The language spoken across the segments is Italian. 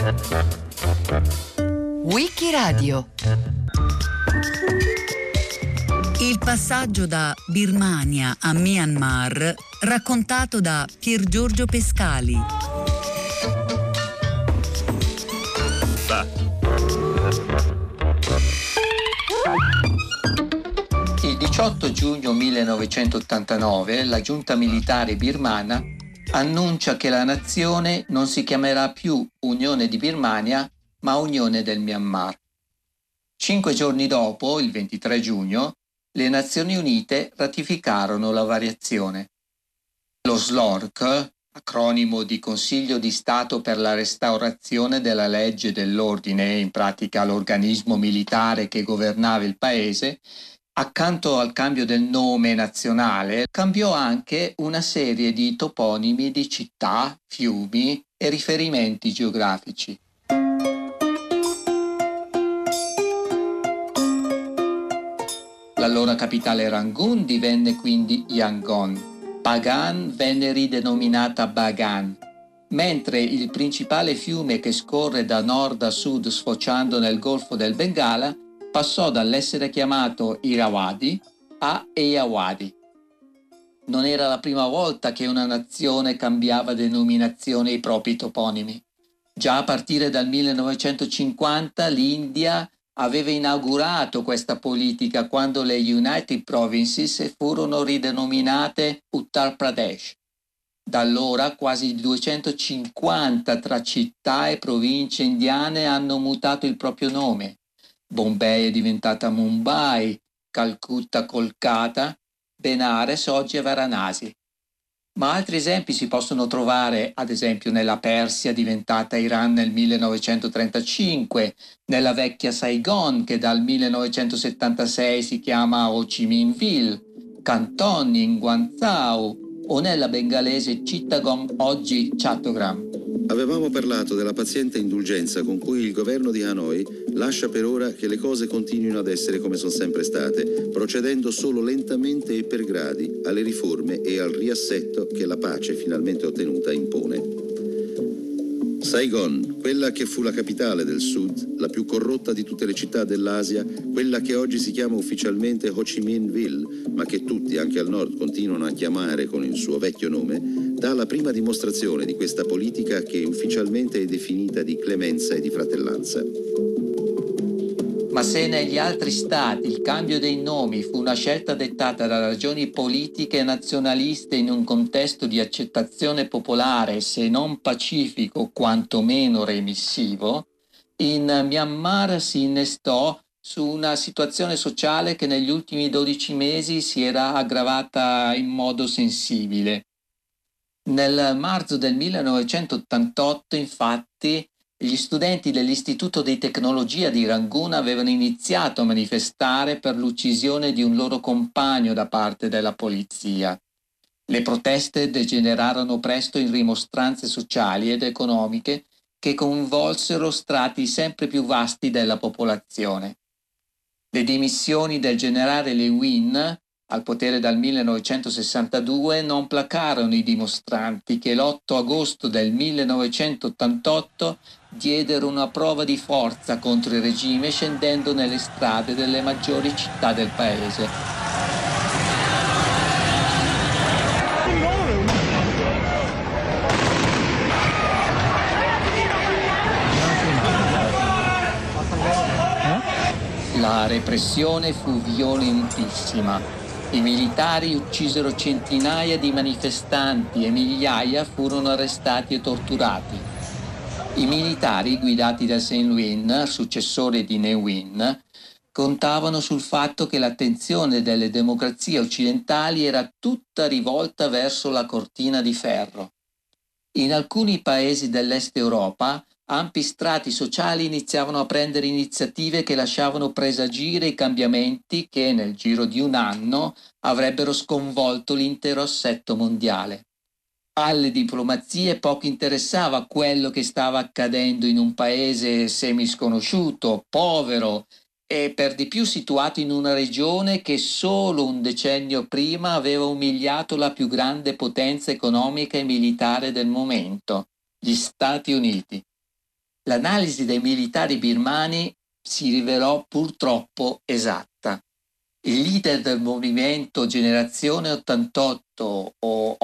Wikiradio. Il passaggio da Birmania a Myanmar, raccontato da Piergiorgio Pescali. Il 18 giugno 1989 la giunta militare birmana annuncia che la nazione non si chiamerà più Unione di Birmania, ma Unione del Myanmar. 5 giorni dopo, il 23 giugno, le Nazioni Unite ratificarono la variazione. Lo SLORC, acronimo di Consiglio di Stato per la restaurazione della legge dell'ordine, in pratica l'organismo militare che governava il paese, accanto al cambio del nome nazionale, cambiò anche una serie di toponimi di città, fiumi e riferimenti geografici. L'allora capitale Rangoon divenne quindi Yangon. Bagan venne ridenominata Bagan, mentre il principale fiume che scorre da nord a sud sfociando nel Golfo del Bengala passò dall'essere chiamato Irrawaddy a Eyawadi. Non era la prima volta che una nazione cambiava denominazione ai propri toponimi. Già a partire dal 1950 l'India aveva inaugurato questa politica quando le United Provinces furono ridenominate Uttar Pradesh. Da allora quasi 250 tra città e province indiane hanno mutato il proprio nome. Bombay è diventata Mumbai, Calcutta Kolkata, Benares oggi è Varanasi. Ma altri esempi si possono trovare, ad esempio, nella Persia diventata Iran nel 1935, nella vecchia Saigon che dal 1976 si chiama Ho Chi Minh Ville, Canton in Guangzhou o nella bengalese Chittagong oggi Chattogram. Avevamo parlato della paziente indulgenza con cui il governo di Hanoi lascia per ora che le cose continuino ad essere come sono sempre state, procedendo solo lentamente e per gradi alle riforme e al riassetto che la pace finalmente ottenuta impone. Saigon, quella che fu la capitale del Sud, la più corrotta di tutte le città dell'Asia, quella che oggi si chiama ufficialmente Ho Chi Minh Ville, ma che tutti, anche al nord, continuano a chiamare con il suo vecchio nome, dà la prima dimostrazione di questa politica che ufficialmente è definita di clemenza e di fratellanza. Ma se negli altri stati il cambio dei nomi fu una scelta dettata da ragioni politiche e nazionaliste in un contesto di accettazione popolare, se non pacifico, quantomeno remissivo, in Myanmar si innestò su una situazione sociale che negli ultimi 12 mesi si era aggravata in modo sensibile. Nel marzo del 1988, infatti, gli studenti dell'Istituto di Tecnologia di Rangoon avevano iniziato a manifestare per l'uccisione di un loro compagno da parte della polizia. Le proteste degenerarono presto in rimostranze sociali ed economiche che coinvolsero strati sempre più vasti della popolazione. Le dimissioni del generale Le Nguyen, al potere dal 1962, non placarono i dimostranti che l'8 agosto del 1988 diedero una prova di forza contro il regime scendendo nelle strade delle maggiori città del paese. La repressione fu violentissima. I militari uccisero centinaia di manifestanti e migliaia furono arrestati e torturati. I militari, guidati da Sein Lwin, successore di Ne Win, contavano sul fatto che l'attenzione delle democrazie occidentali era tutta rivolta verso la cortina di ferro. In alcuni paesi dell'Est Europa, ampi strati sociali iniziavano a prendere iniziative che lasciavano presagire i cambiamenti che, nel giro di un anno, avrebbero sconvolto l'intero assetto mondiale. Alle diplomazie poco interessava quello che stava accadendo in un paese semisconosciuto, povero e per di più situato in una regione che solo un decennio prima aveva umiliato la più grande potenza economica e militare del momento, gli Stati Uniti. l'analisi dei militari birmani si rivelò purtroppo esatta. Il leader del movimento Generazione 88 o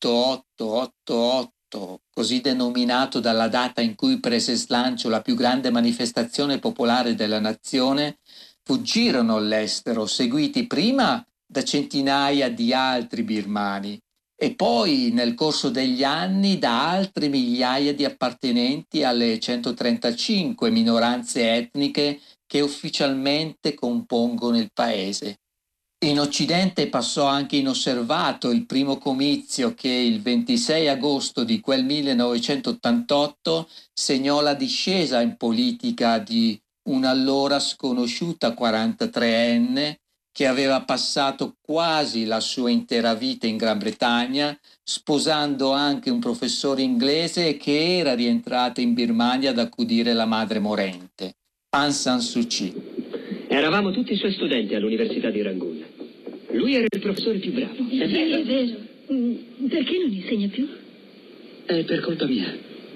8888, così denominato dalla data in cui prese slancio la più grande manifestazione popolare della nazione, fuggirono all'estero, seguiti prima da centinaia di altri birmani e poi nel corso degli anni da altre migliaia di appartenenti alle 135 minoranze etniche che ufficialmente compongono il paese. In Occidente passò anche inosservato il primo comizio che il 26 agosto di quel 1988 segnò la discesa in politica di un'allora sconosciuta 43enne che aveva passato quasi la sua intera vita in Gran Bretagna, sposando anche un professore inglese e che era rientrata in Birmania ad accudire la madre morente, Aung San Suu Kyi. Eravamo tutti i suoi studenti all'Università di Rangoon. Lui era il professore più bravo. Sì, è vero. Perché non insegna più? È per colpa mia.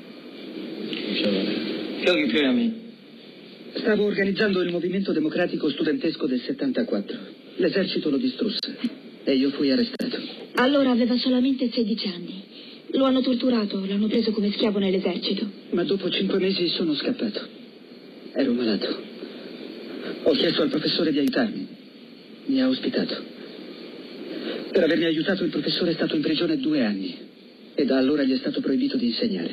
Stavo organizzando il movimento democratico studentesco del 74. L'esercito lo distrusse e io fui arrestato. Allora aveva solamente 16 anni. Lo hanno torturato, l'hanno preso come schiavo nell'esercito. Ma dopo 5 mesi sono scappato. Ero malato. Ho chiesto al professore di aiutarmi. Mi ha ospitato. Per avermi aiutato il professore è stato in prigione 2 anni e da allora gli è stato proibito di insegnare.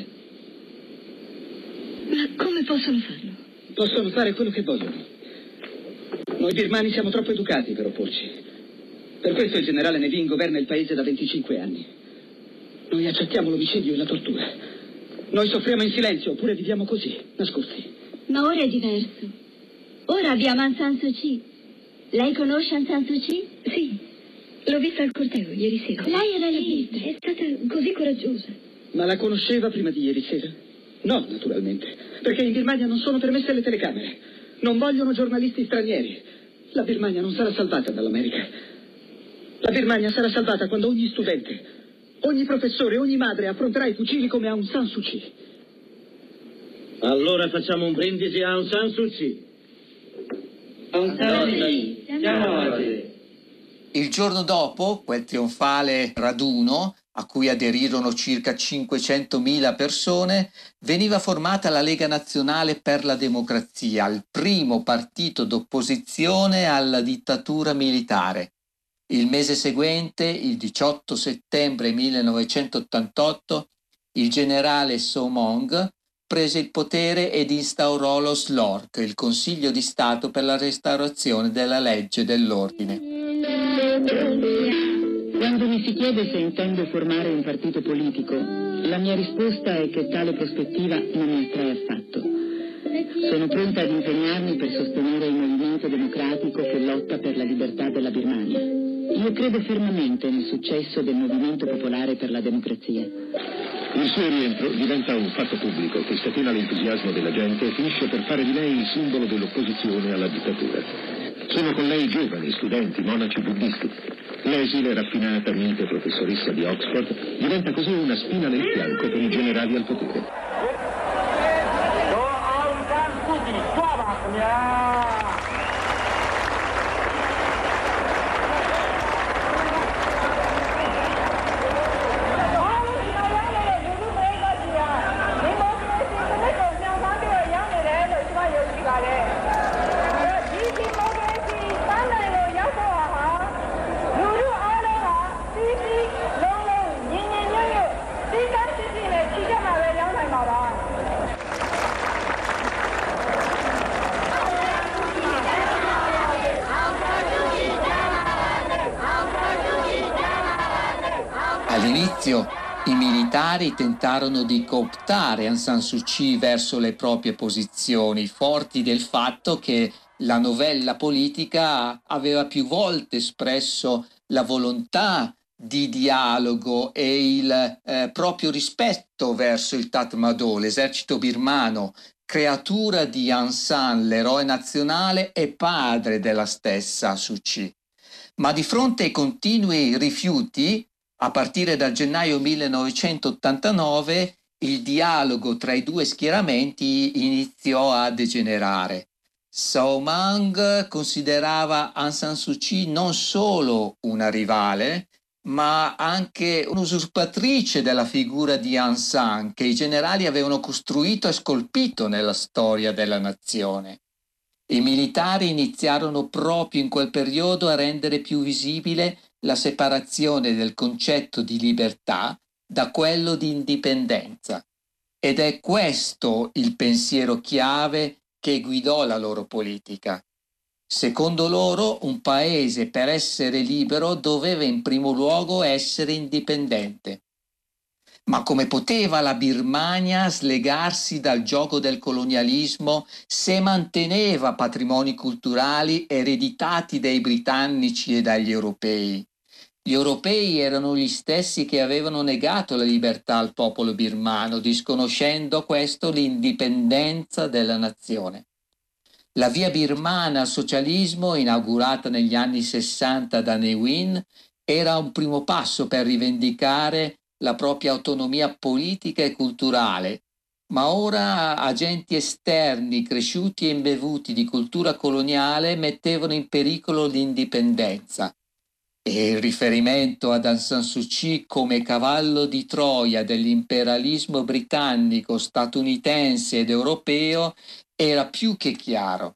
Ma come possono farlo? Possono fare quello che vogliono. Noi birmani siamo troppo educati per opporci. Per questo il generale Nevin governa il paese da 25 anni. Noi accettiamo l'omicidio e la tortura. Noi soffriamo in silenzio oppure viviamo così, nascosti. Ma ora è diverso. Ora abbiamo Aung San Suu Kyi. Lei conosce Aung San Suu Kyi? Sì, l'ho vista al corteo ieri sera. Lei era lì, è stata così coraggiosa. Ma la conosceva prima di ieri sera? No, naturalmente, perché in Birmania non sono permesse le telecamere. Non vogliono giornalisti stranieri. La Birmania non sarà salvata dall'America. La Birmania sarà salvata quando ogni studente, ogni professore, ogni madre affronterà i fucili come Aung San Suu Kyi. Allora facciamo un brindisi a Aung San Suu Kyi. Aung San Suu Kyi, siamo avanti. Il giorno dopo, quel trionfale raduno, a cui aderirono circa 500.000 persone, veniva formata la Lega Nazionale per la Democrazia, il primo partito d'opposizione alla dittatura militare. Il mese seguente, il 18 settembre 1988, il generale Somong prese il potere ed instaurò lo SLORC, il Consiglio di Stato per la restaurazione della legge dell'ordine. Quando mi si chiede se intendo formare un partito politico, la mia risposta è che tale prospettiva non mi attrae affatto. Sono pronta ad impegnarmi per sostenere il movimento democratico che lotta per la libertà della Birmania. Io credo fermamente nel successo del movimento popolare per la democrazia. Il suo rientro diventa un fatto pubblico che scatena l'entusiasmo della gente e finisce per fare di lei il simbolo dell'opposizione alla dittatura. Sono con lei giovani, studenti, monaci buddisti. L'esile, raffinata, mite professoressa di Oxford diventa così una spina nel fianco per i generali al potere. All'inizio i militari tentarono di cooptare Aung San Suu Kyi verso le proprie posizioni, forti del fatto che la novella politica aveva più volte espresso la volontà di dialogo e il proprio rispetto verso il Tatmadaw, l'esercito birmano, creatura di Aung San, l'eroe nazionale e padre della stessa Suu Kyi. Ma di fronte ai continui rifiuti, a partire dal gennaio 1989, il dialogo tra i due schieramenti iniziò a degenerare. South Mang considerava Aung San Suu Kyi non solo una rivale, ma anche un'usurpatrice della figura di Aung San, che i generali avevano costruito e scolpito nella storia della nazione. I militari iniziarono proprio in quel periodo a rendere più visibile la separazione del concetto di libertà da quello di indipendenza. Ed è questo il pensiero chiave che guidò la loro politica. Secondo loro, un paese per essere libero doveva in primo luogo essere indipendente. Ma come poteva la Birmania slegarsi dal gioco del colonialismo se manteneva patrimoni culturali ereditati dai britannici e dagli europei? Gli europei erano gli stessi che avevano negato la libertà al popolo birmano, disconoscendo questo l'indipendenza della nazione. La via birmana al socialismo, inaugurata negli anni 60 da Ne Win, era un primo passo per rivendicare la propria autonomia politica e culturale, ma ora agenti esterni cresciuti e imbevuti di cultura coloniale mettevano in pericolo l'indipendenza. E il riferimento ad Aung San Suu Kyi come cavallo di Troia dell'imperialismo britannico, statunitense ed europeo era più che chiaro.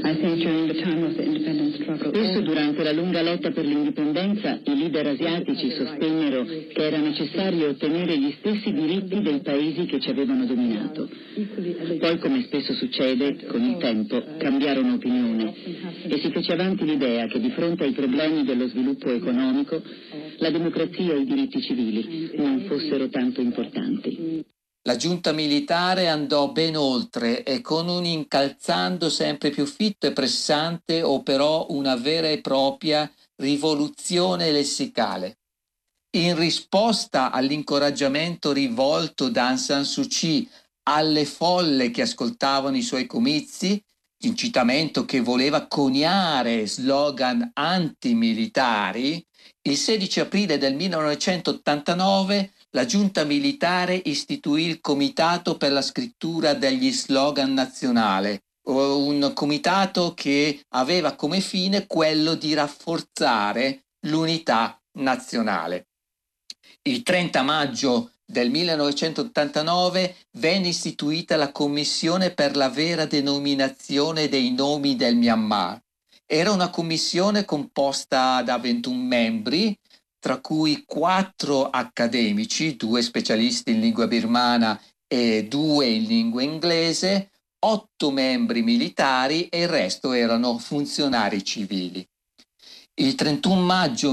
Spesso durante la lunga lotta per l'indipendenza i leader asiatici sostennero che era necessario ottenere gli stessi diritti dei paesi che ci avevano dominato. Poi, come spesso succede, con il tempo cambiarono opinione e si fece avanti l'idea che di fronte ai problemi dello sviluppo economico la democrazia e i diritti civili non fossero tanto importanti. La giunta militare andò ben oltre e con un incalzando sempre più fitto e pressante operò una vera e propria rivoluzione lessicale. In risposta all'incoraggiamento rivolto da Aung San Suu Kyi alle folle che ascoltavano i suoi comizi, incitamento che voleva coniare slogan antimilitari, il 16 aprile del 1989 la giunta militare istituì il Comitato per la scrittura degli slogan nazionali, un comitato che aveva come fine quello di rafforzare l'unità nazionale. Il 30 maggio del 1989 venne istituita la Commissione per la vera denominazione dei nomi del Myanmar. Era una commissione composta da 21 membri, tra cui 4 accademici, 2 specialisti in lingua birmana e 2 in lingua inglese, 8 membri militari e il resto erano funzionari civili. Il 31 maggio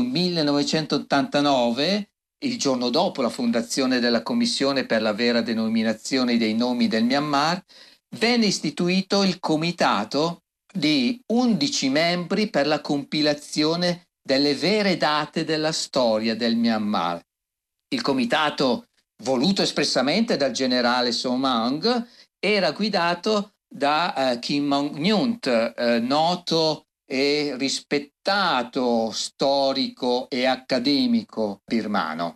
1989, il giorno dopo la fondazione della Commissione per la vera denominazione dei nomi del Myanmar, venne istituito il comitato di 11 membri per la compilazione delle vere date della storia del Myanmar. Il comitato, voluto espressamente dal generale South Mang, era guidato da Kim Maung-nyunt, noto e rispettato storico e accademico birmano.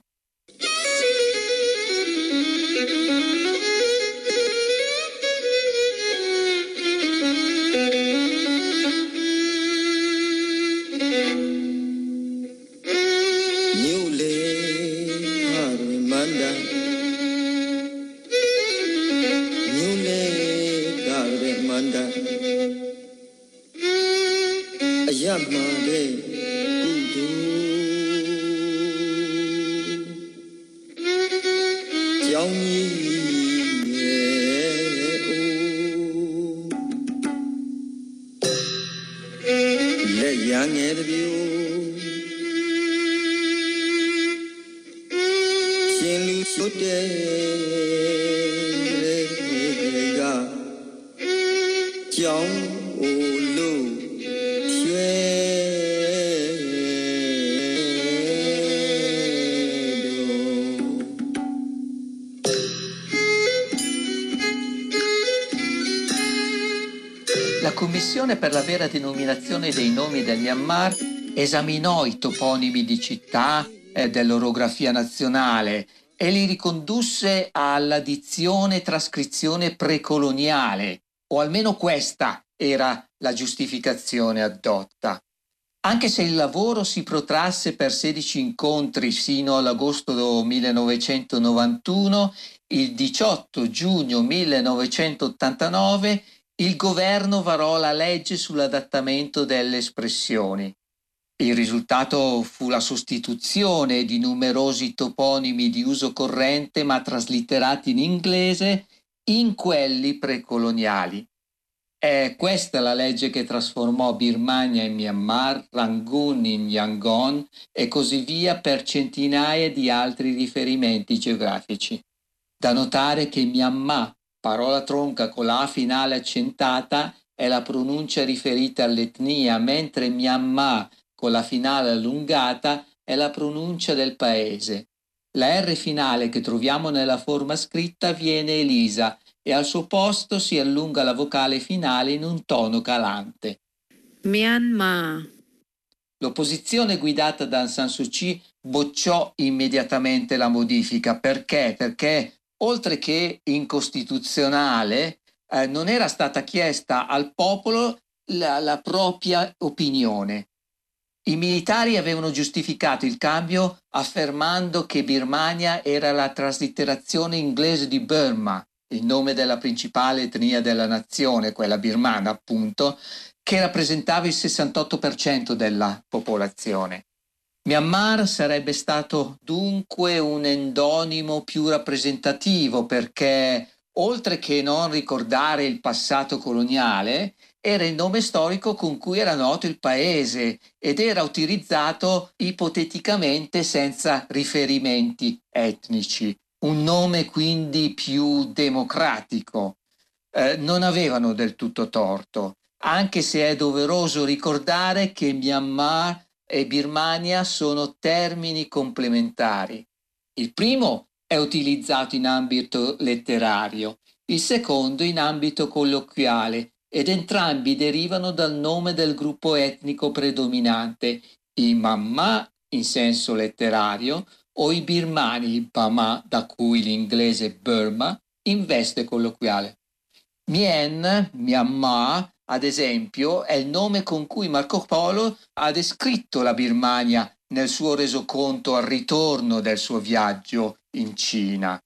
La Commissione per la vera denominazione dei nomi del Myanmar esaminò i toponimi di città, dell'orografia nazionale e li ricondusse alla dizione e trascrizione precoloniale, o almeno questa era la giustificazione addotta. Anche se il lavoro si protrasse per 16 incontri sino all'agosto 1991, il 18 giugno 1989 il governo varò la legge sull'adattamento delle espressioni. Il risultato fu la sostituzione di numerosi toponimi di uso corrente ma traslitterati in inglese in quelli precoloniali. È questa la legge che trasformò Birmania in Myanmar, Rangoon in Yangon e così via per centinaia di altri riferimenti geografici. Da notare che Myanmar, parola tronca con la A finale accentata, è la pronuncia riferita all'etnia, mentre Myanmar con la finale allungata è la pronuncia del paese. La R finale che troviamo nella forma scritta viene elisa e al suo posto si allunga la vocale finale in un tono calante. Myanmar. L'opposizione guidata da Aung San Suu Kyi bocciò immediatamente la modifica. Perché? Perché oltre che incostituzionale non era stata chiesta al popolo la propria opinione. I militari avevano giustificato il cambio affermando che Birmania era la traslitterazione inglese di Burma, il nome della principale etnia della nazione, quella birmana appunto, che rappresentava il 68% della popolazione. Myanmar sarebbe stato dunque un endonimo più rappresentativo perché, oltre che non ricordare il passato coloniale, era il nome storico con cui era noto il paese ed era utilizzato ipoteticamente senza riferimenti etnici. Un nome quindi più democratico. Non avevano del tutto torto, anche se è doveroso ricordare che Myanmar e Birmania sono termini complementari. Il primo è utilizzato in ambito letterario, il secondo in ambito colloquiale ed entrambi derivano dal nome del gruppo etnico predominante, i Mamma in senso letterario o i birmani, Bama, da cui l'inglese Burma, in veste colloquiale. Mien, Myanmar, ad esempio, è il nome con cui Marco Polo ha descritto la Birmania nel suo resoconto al ritorno del suo viaggio in Cina.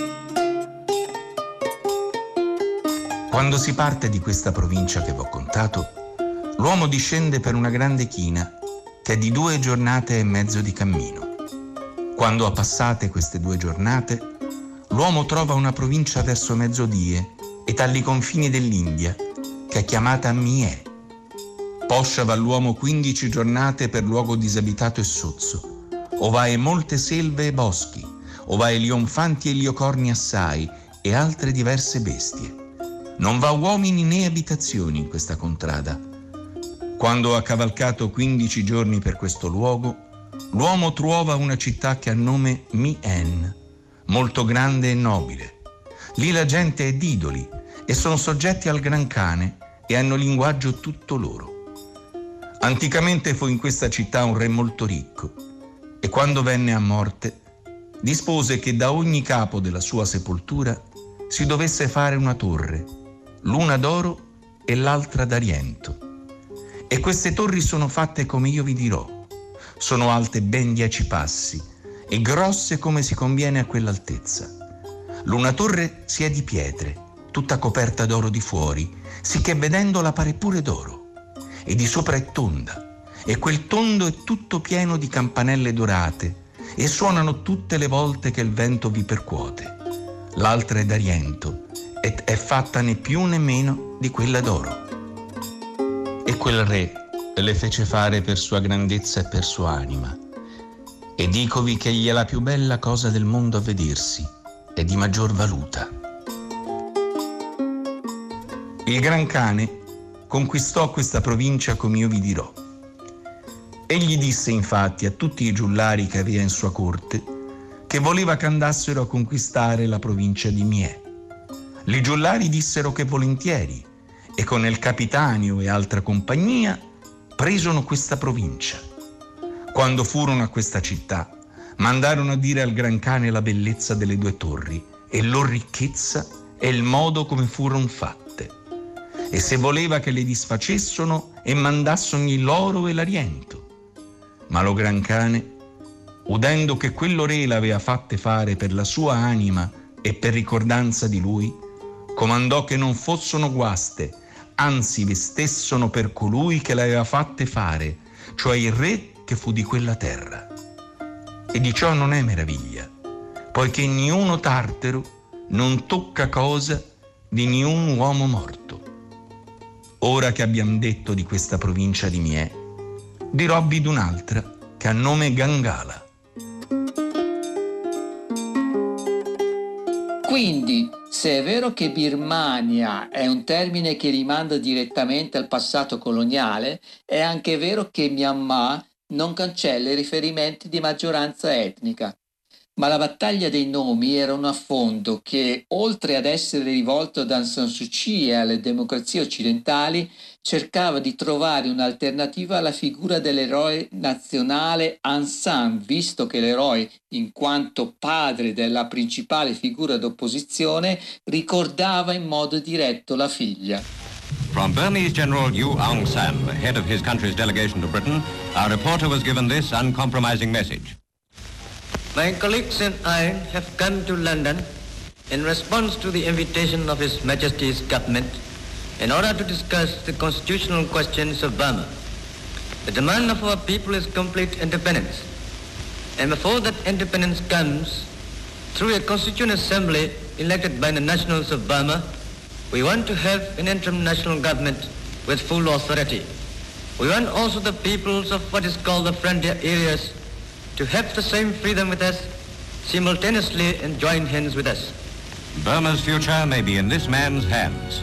Quando si parte di questa provincia che v'ho contato, l'uomo discende per una grande china che è di 2 giornate e mezzo di cammino. Quando ha passate queste 2 giornate, l'uomo trova una provincia verso mezzodie e tali confini dell'India, che è chiamata Mie. Poscia va l'uomo 15 giornate per luogo disabitato e sozzo, ovae molte selve e boschi, ovae lionfanti e liocorni assai e altre diverse bestie. Non va uomini né abitazioni in questa contrada. Quando ha cavalcato 15 giorni per questo luogo, l'uomo trova una città che ha nome Mien, molto grande e nobile. Lì la gente è d'idoli e sono soggetti al gran cane e hanno linguaggio tutto loro. Anticamente fu in questa città un re molto ricco e quando venne a morte dispose che da ogni capo della sua sepoltura si dovesse fare una torre, l'una d'oro e l'altra d'ariento. E queste torri sono fatte come io vi dirò. Sono alte ben 10 passi e grosse come si conviene a quell'altezza. L'una torre si è di pietre, tutta coperta d'oro di fuori, sicché vedendola pare pure d'oro, e di sopra è tonda, e quel tondo è tutto pieno di campanelle dorate, e suonano tutte le volte che il vento vi percuote. L'altra è d'ariento, ed è fatta né più né meno di quella d'oro. E quel re le fece fare per sua grandezza e per sua anima. E dicovi che egli è la più bella cosa del mondo a vedersi, e di maggior valuta. Il gran cane conquistò questa provincia come io vi dirò. Egli disse infatti a tutti i giullari che aveva in sua corte che voleva che andassero a conquistare la provincia di Mie. I giullari dissero che volentieri e con il capitanio e altra compagnia presono questa provincia. Quando furono a questa città, Mandarono a dire al Gran Cane la bellezza delle due torri e lor ricchezza e il modo come furono fatte. E se voleva che le disfacessero e mandassogli l'oro e l'ariento. Ma lo Gran Cane, udendo che quello re l'aveva fatte fare per la sua anima e per ricordanza di lui, comandò che non fossono guaste, anzi vestessono per colui che l'aveva fatte fare, cioè il re che fu di quella terra. E di ciò non è meraviglia, poiché niuno tartaro non tocca cosa di niun uomo morto. Ora che abbiamo detto di questa provincia di Mie, diròbbi d'un'altra che ha nome Gangala. Quindi, se è vero che Birmania è un termine che rimanda direttamente al passato coloniale, è anche vero che Myanmar non cancella i riferimenti di maggioranza etnica. Ma la battaglia dei nomi era un affondo che, oltre ad essere rivolto ad Aung San Suu Kyi e alle democrazie occidentali, cercava di trovare un'alternativa alla figura dell'eroe nazionale Aung San, visto che l'eroe, in quanto padre della principale figura d'opposizione, ricordava in modo diretto la figlia. From Burmese General U Aung San, the head of his country's delegation to Britain, our reporter was given this uncompromising message. My colleagues and I have come to London in response to the invitation of His Majesty's government in order to discuss the constitutional questions of Burma. The demand of our people is complete independence. And before that independence comes, through a constituent assembly elected by the nationals of Burma, we want to have an interim national government with full authority. We want also the peoples of what is called the frontier areas to have the same freedom with us, simultaneously and join hands with us. Burma's future may be in this man's hands.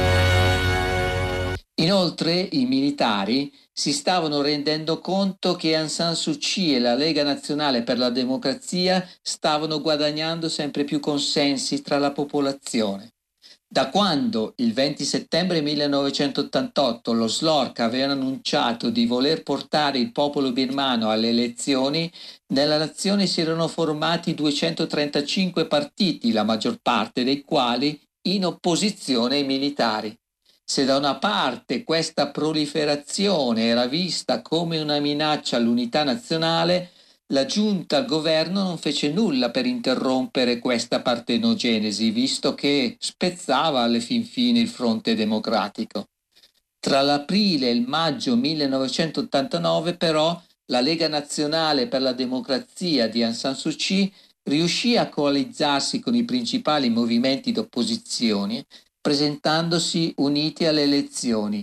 Inoltre, i militari si stavano rendendo conto che Aung San Suu Kyi e la Lega Nazionale per la Democrazia stavano guadagnando sempre più consensi tra la popolazione. Da quando il 20 settembre 1988 lo SLORC aveva annunciato di voler portare il popolo birmano alle elezioni, nella nazione si erano formati 235 partiti, la maggior parte dei quali in opposizione ai militari. Se da una parte questa proliferazione era vista come una minaccia all'unità nazionale, la giunta al governo non fece nulla per interrompere questa partenogenesi, visto che spezzava alle fin fine il fronte democratico. Tra l'aprile e il maggio 1989, però, la Lega Nazionale per la Democrazia di Aung San Suu Kyi riuscì a coalizzarsi con i principali movimenti d'opposizione, presentandosi uniti alle elezioni.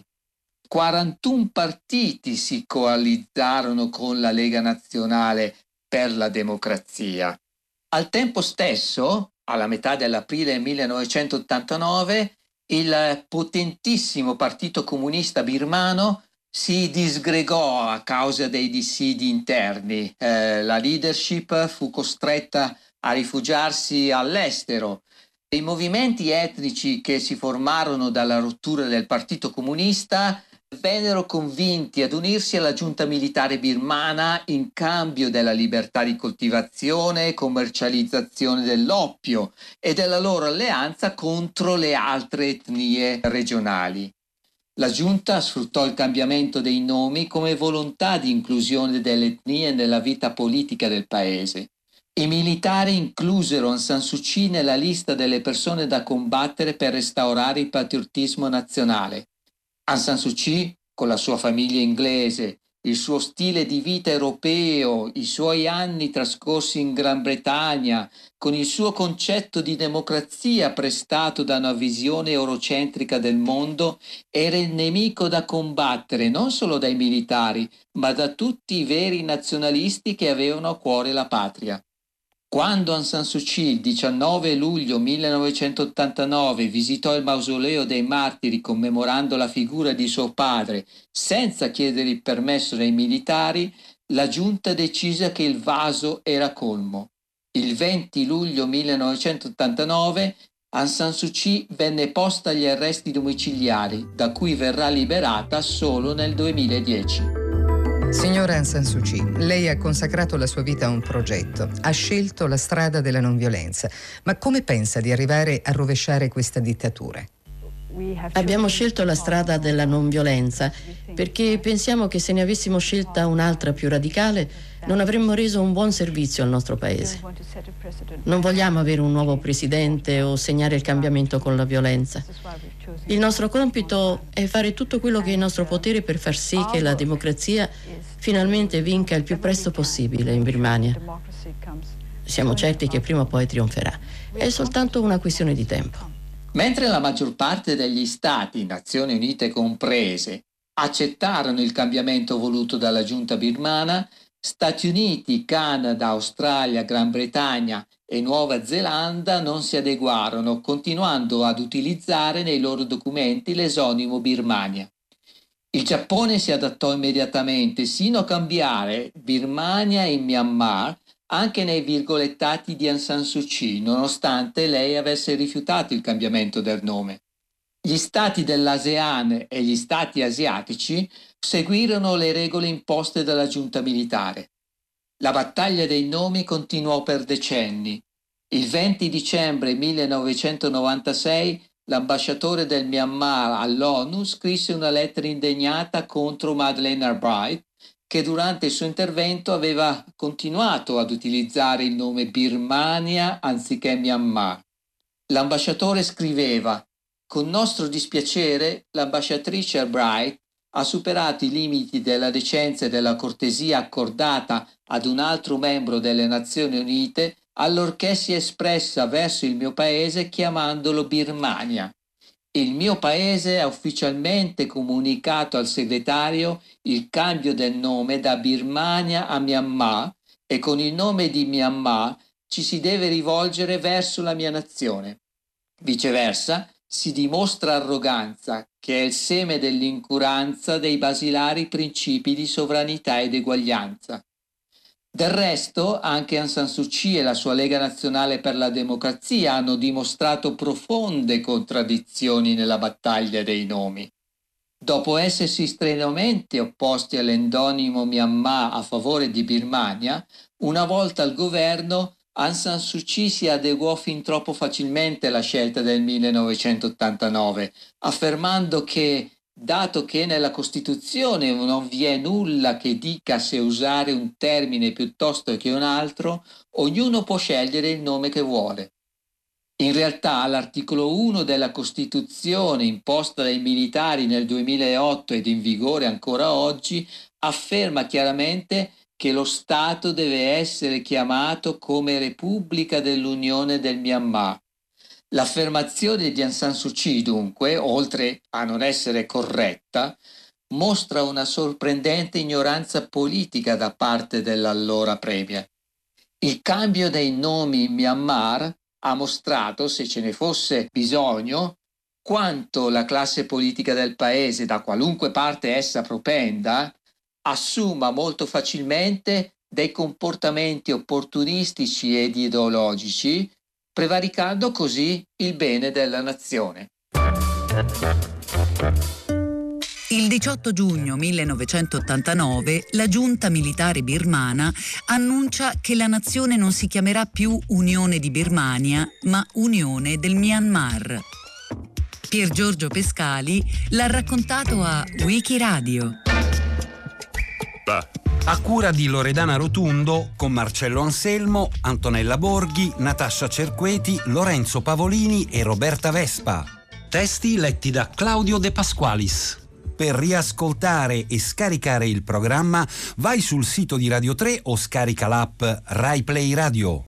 41 partiti si coalizzarono con la Lega Nazionale per la Democrazia. Al tempo stesso, alla metà dell'aprile 1989, il potentissimo Partito Comunista Birmano si disgregò a causa dei dissidi interni. La leadership fu costretta a rifugiarsi all'estero. I movimenti etnici che si formarono dalla rottura del Partito Comunista vennero convinti ad unirsi alla giunta militare birmana in cambio della libertà di coltivazione e commercializzazione dell'oppio e della loro alleanza contro le altre etnie regionali. La giunta sfruttò il cambiamento dei nomi come volontà di inclusione delle etnie nella vita politica del paese. I militari inclusero Aung San Suu Kyi nella lista delle persone da combattere per restaurare il patriottismo nazionale. Aung San Suu Kyi, con la sua famiglia inglese, il suo stile di vita europeo, i suoi anni trascorsi in Gran Bretagna, con il suo concetto di democrazia prestato da una visione eurocentrica del mondo, era il nemico da combattere non solo dai militari, ma da tutti i veri nazionalisti che avevano a cuore la patria. Quando Aung San Suu Kyi il 19 luglio 1989 visitò il mausoleo dei martiri commemorando la figura di suo padre senza chiedere il permesso dai militari, la giunta decise che il vaso era colmo. Il 20 luglio 1989 Aung San Suu Kyi venne posta agli arresti domiciliari, da cui verrà liberata solo nel 2010. Signora Aung San Suu Kyi, lei ha consacrato la sua vita a un progetto, ha scelto la strada della non violenza, ma come pensa di arrivare a rovesciare questa dittatura? Abbiamo scelto la strada della non violenza perché pensiamo che se ne avessimo scelta un'altra più radicale non avremmo reso un buon servizio al nostro paese. Non vogliamo avere un nuovo presidente o segnare il cambiamento con la violenza. Il nostro compito è fare tutto quello che è in nostro potere per far sì che la democrazia finalmente vinca il più presto possibile in Birmania. Siamo certi che prima o poi trionferà. È soltanto una questione di tempo. Mentre la maggior parte degli Stati, Nazioni Unite comprese, accettarono il cambiamento voluto dalla giunta birmana, Stati Uniti, Canada, Australia, Gran Bretagna e Nuova Zelanda non si adeguarono, continuando ad utilizzare nei loro documenti l'esonimo Birmania. Il Giappone si adattò immediatamente, sino a cambiare Birmania in Myanmar, anche nei virgolettati di Aung San Suu Kyi, nonostante lei avesse rifiutato il cambiamento del nome. Gli stati dell'ASEAN e gli stati asiatici seguirono le regole imposte dalla giunta militare. La battaglia dei nomi continuò per decenni. Il 20 dicembre 1996 l'ambasciatore del Myanmar all'ONU scrisse una lettera indegnata contro Madeleine Albright, che durante il suo intervento aveva continuato ad utilizzare il nome Birmania anziché Myanmar. L'ambasciatore scriveva: «Con nostro dispiacere, l'ambasciatrice Albright ha superato i limiti della decenza e della cortesia accordata ad un altro membro delle Nazioni Unite allorché si è espressa verso il mio paese chiamandolo Birmania. Il mio paese ha ufficialmente comunicato al segretario il cambio del nome da Birmania a Myanmar e con il nome di Myanmar ci si deve rivolgere verso la mia nazione. Viceversa, si dimostra arroganza, che è il seme dell'incuranza dei basilari principi di sovranità ed eguaglianza. Del resto, anche Aung San Suu Kyi e la sua Lega Nazionale per la Democrazia hanno dimostrato profonde contraddizioni nella battaglia dei nomi. Dopo essersi strenuamente opposti all'endonimo Myanmar a favore di Birmania, una volta al governo Aung San Suu Kyi si adeguò fin troppo facilmente alla scelta del 1989, affermando che, dato che nella Costituzione non vi è nulla che dica se usare un termine piuttosto che un altro, ognuno può scegliere il nome che vuole. In realtà l'articolo 1 della Costituzione, imposta dai militari nel 2008 ed in vigore ancora oggi, afferma chiaramente che lo Stato deve essere chiamato come Repubblica dell'Unione del Myanmar. L'affermazione di Aung San Suu Kyi, dunque, oltre a non essere corretta, mostra una sorprendente ignoranza politica da parte dell'allora premier. Il cambio dei nomi in Myanmar ha mostrato, se ce ne fosse bisogno, quanto la classe politica del paese, da qualunque parte essa propenda, assuma molto facilmente dei comportamenti opportunistici ed ideologici, prevaricando così il bene della nazione. Il 18 giugno 1989 la giunta militare birmana annuncia che la nazione non si chiamerà più Unione di Birmania, ma Unione del Myanmar. Pier Giorgio Pescali l'ha raccontato a Wikiradio. A cura di Loredana Rotundo, con Marcello Anselmo, Antonella Borghi, Natascia Cerqueti, Lorenzo Pavolini e Roberta Vespa. Testi letti da Claudio De Pasqualis. Per riascoltare e scaricare il programma vai sul sito di Radio 3 o scarica l'app Rai Play Radio.